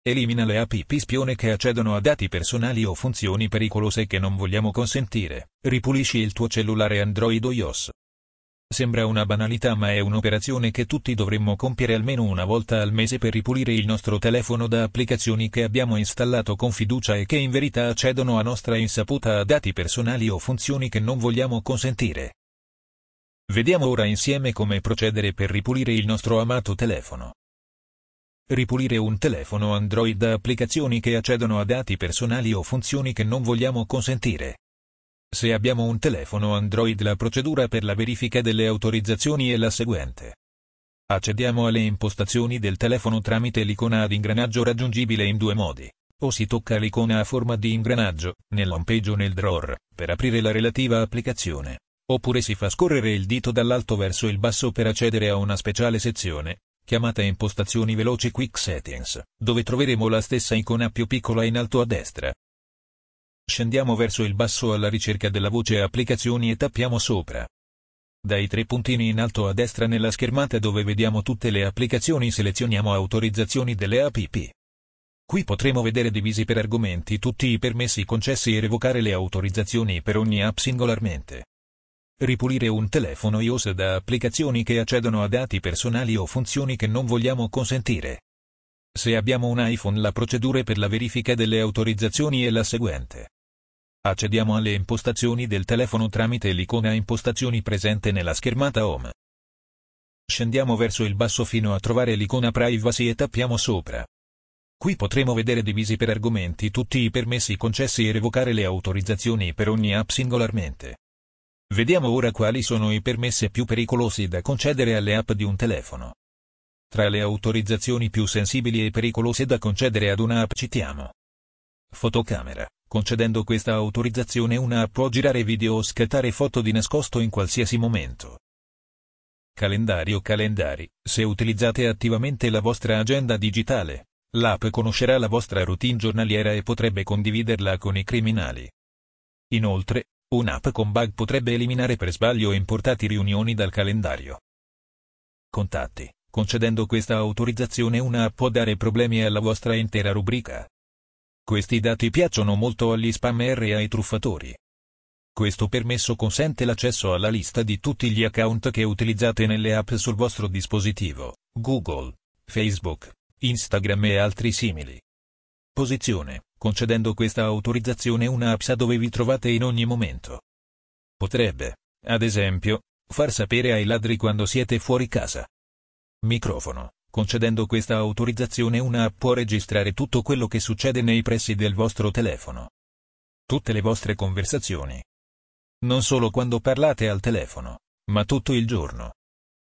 Elimina le app spione che accedono a dati personali o funzioni pericolose che non vogliamo consentire. Ripulisci il tuo cellulare Android o iOS. Sembra una banalità, ma è un'operazione che tutti dovremmo compiere almeno una volta al mese per ripulire il nostro telefono da applicazioni che abbiamo installato con fiducia e che in verità accedono a nostra insaputa a dati personali o funzioni che non vogliamo consentire. Vediamo ora insieme come procedere per ripulire il nostro amato telefono. Ripulire un telefono Android da applicazioni che accedono a dati personali o funzioni che non vogliamo consentire. Se abbiamo un telefono Android, la procedura per la verifica delle autorizzazioni è la seguente. Accediamo alle impostazioni del telefono tramite l'icona ad ingranaggio raggiungibile in due modi. O si tocca l'icona a forma di ingranaggio, nell'home page o nel drawer, per aprire la relativa applicazione. Oppure si fa scorrere il dito dall'alto verso il basso per accedere a una speciale sezione, chiamata Impostazioni veloci Quick Settings, dove troveremo la stessa icona più piccola in alto a destra. Scendiamo verso il basso alla ricerca della voce Applicazioni e tappiamo sopra. Dai tre puntini in alto a destra nella schermata dove vediamo tutte le applicazioni selezioniamo Autorizzazioni delle app. Qui potremo vedere divisi per argomenti tutti i permessi concessi e revocare le autorizzazioni per ogni app singolarmente. Ripulire un telefono iOS da applicazioni che accedono a dati personali o funzioni che non vogliamo consentire. Se abbiamo un iPhone, la procedura per la verifica delle autorizzazioni è la seguente. Accediamo alle impostazioni del telefono tramite l'icona Impostazioni presente nella schermata Home. Scendiamo verso il basso fino a trovare l'icona Privacy e tappiamo sopra. Qui potremo vedere divisi per argomenti tutti i permessi concessi e revocare le autorizzazioni per ogni app singolarmente. Vediamo ora quali sono i permessi più pericolosi da concedere alle app di un telefono. Tra le autorizzazioni più sensibili e pericolose da concedere ad una app citiamo: fotocamera. Concedendo questa autorizzazione, una app può girare video o scattare foto di nascosto in qualsiasi momento. Calendario. Calendari. Se utilizzate attivamente la vostra agenda digitale, l'app conoscerà la vostra routine giornaliera e potrebbe condividerla con i criminali. Inoltre, un'app con bug potrebbe eliminare per sbaglio importanti riunioni dal calendario. Contatti. Concedendo questa autorizzazione, una app può dare problemi alla vostra intera rubrica. Questi dati piacciono molto agli spammer e ai truffatori. Questo permesso consente l'accesso alla lista di tutti gli account che utilizzate nelle app sul vostro dispositivo, Google, Facebook, Instagram e altri simili. Posizione. Concedendo questa autorizzazione, una app sa dove vi trovate in ogni momento. Potrebbe, ad esempio, far sapere ai ladri quando siete fuori casa. Microfono. Concedendo questa autorizzazione, una app può registrare tutto quello che succede nei pressi del vostro telefono. Tutte le vostre conversazioni. Non solo quando parlate al telefono, ma tutto il giorno.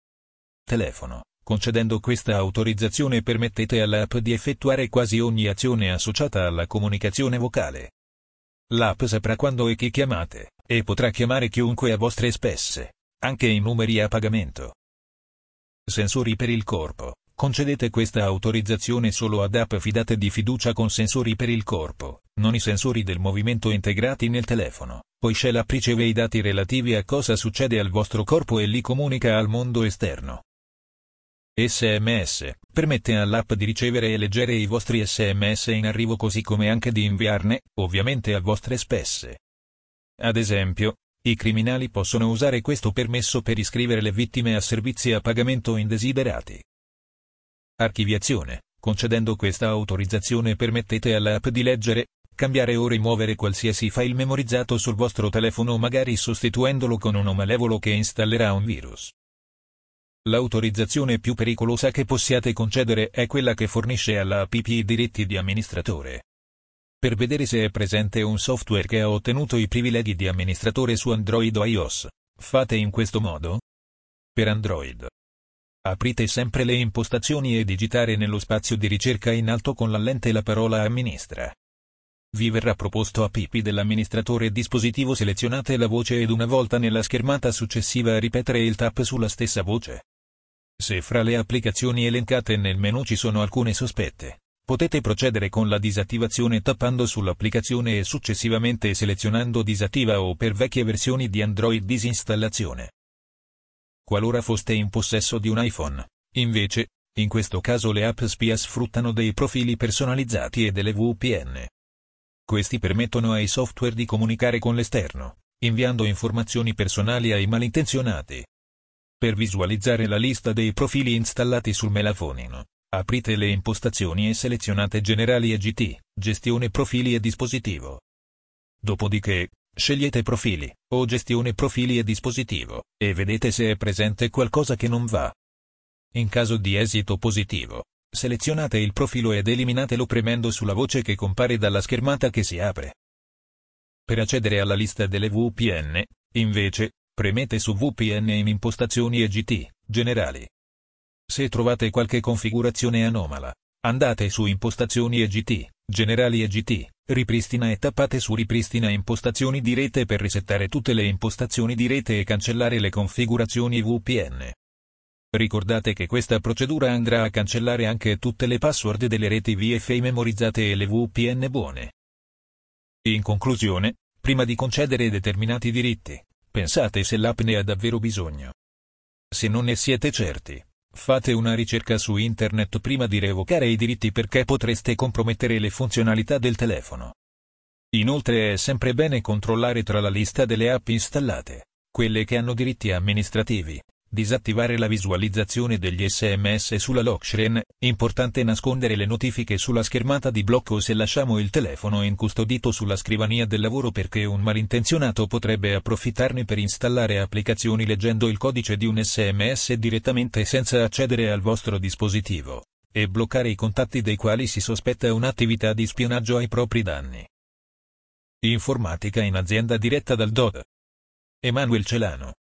Telefono. Concedendo questa autorizzazione permettete all'app di effettuare quasi ogni azione associata alla comunicazione vocale. L'app saprà quando e chi chiamate, e potrà chiamare chiunque a vostre spese, anche i numeri a pagamento. Sensori per il corpo. Concedete questa autorizzazione solo ad app fidate di fiducia con sensori per il corpo, non i sensori del movimento integrati nel telefono, poiché l'app riceve i dati relativi a cosa succede al vostro corpo e li comunica al mondo esterno. SMS. Permette all'app di ricevere e leggere i vostri SMS in arrivo, così come anche di inviarne, ovviamente a vostre spese. Ad esempio, i criminali possono usare questo permesso per iscrivere le vittime a servizi a pagamento indesiderati. Archiviazione. Concedendo questa autorizzazione permettete all'app di leggere, cambiare o rimuovere qualsiasi file memorizzato sul vostro telefono, magari sostituendolo con uno malevolo che installerà un virus. L'autorizzazione più pericolosa che possiate concedere è quella che fornisce alla app i diritti di amministratore. Per vedere se è presente un software che ha ottenuto i privilegi di amministratore su Android o iOS, fate in questo modo. Per Android, aprite sempre le impostazioni e digitare nello spazio di ricerca in alto con la lente la parola amministra. Vi verrà proposto app dell'amministratore dispositivo, selezionate la voce ed una volta nella schermata successiva ripetere il tap sulla stessa voce. Se fra le applicazioni elencate nel menu ci sono alcune sospette, potete procedere con la disattivazione tappando sull'applicazione e successivamente selezionando disattiva o per vecchie versioni di Android disinstallazione. Qualora foste in possesso di un iPhone, invece, In questo caso le app spia sfruttano dei profili personalizzati e delle VPN. Questi permettono ai software di comunicare con l'esterno, inviando informazioni personali ai malintenzionati. Per visualizzare la lista dei profili installati sul melafonino, aprite le impostazioni e selezionate Generali e GT, Gestione profili e dispositivo. Dopodiché, scegliete Profili, o Gestione profili e dispositivo, e vedete se è presente qualcosa che non va. In caso di esito positivo, selezionate il profilo ed eliminatelo premendo sulla voce che compare dalla schermata che si apre. Per accedere alla lista delle VPN, invece, premete su VPN in Impostazioni e GT, Generali. Se trovate qualche configurazione anomala, andate su Impostazioni e GT, Generali e GT, Ripristina e tappate su Ripristina impostazioni di rete per risettare tutte le impostazioni di rete e cancellare le configurazioni VPN. Ricordate che questa procedura andrà a cancellare anche tutte le password delle reti Wi-Fi memorizzate e le VPN buone. In conclusione, prima di concedere determinati diritti, pensate se l'app ne ha davvero bisogno. Se non ne siete certi, fate una ricerca su internet prima di revocare i diritti perché potreste compromettere le funzionalità del telefono. Inoltre è sempre bene controllare tra la lista delle app installate, quelle che hanno diritti amministrativi. Disattivare la visualizzazione degli SMS sulla lock screen, importante nascondere le notifiche sulla schermata di blocco se lasciamo il telefono incustodito sulla scrivania del lavoro perché un malintenzionato potrebbe approfittarne per installare applicazioni leggendo il codice di un SMS direttamente senza accedere al vostro dispositivo, e bloccare i contatti dei quali si sospetta un'attività di spionaggio ai propri danni. Informatica in azienda diretta dal DOD. Emanuel Celano.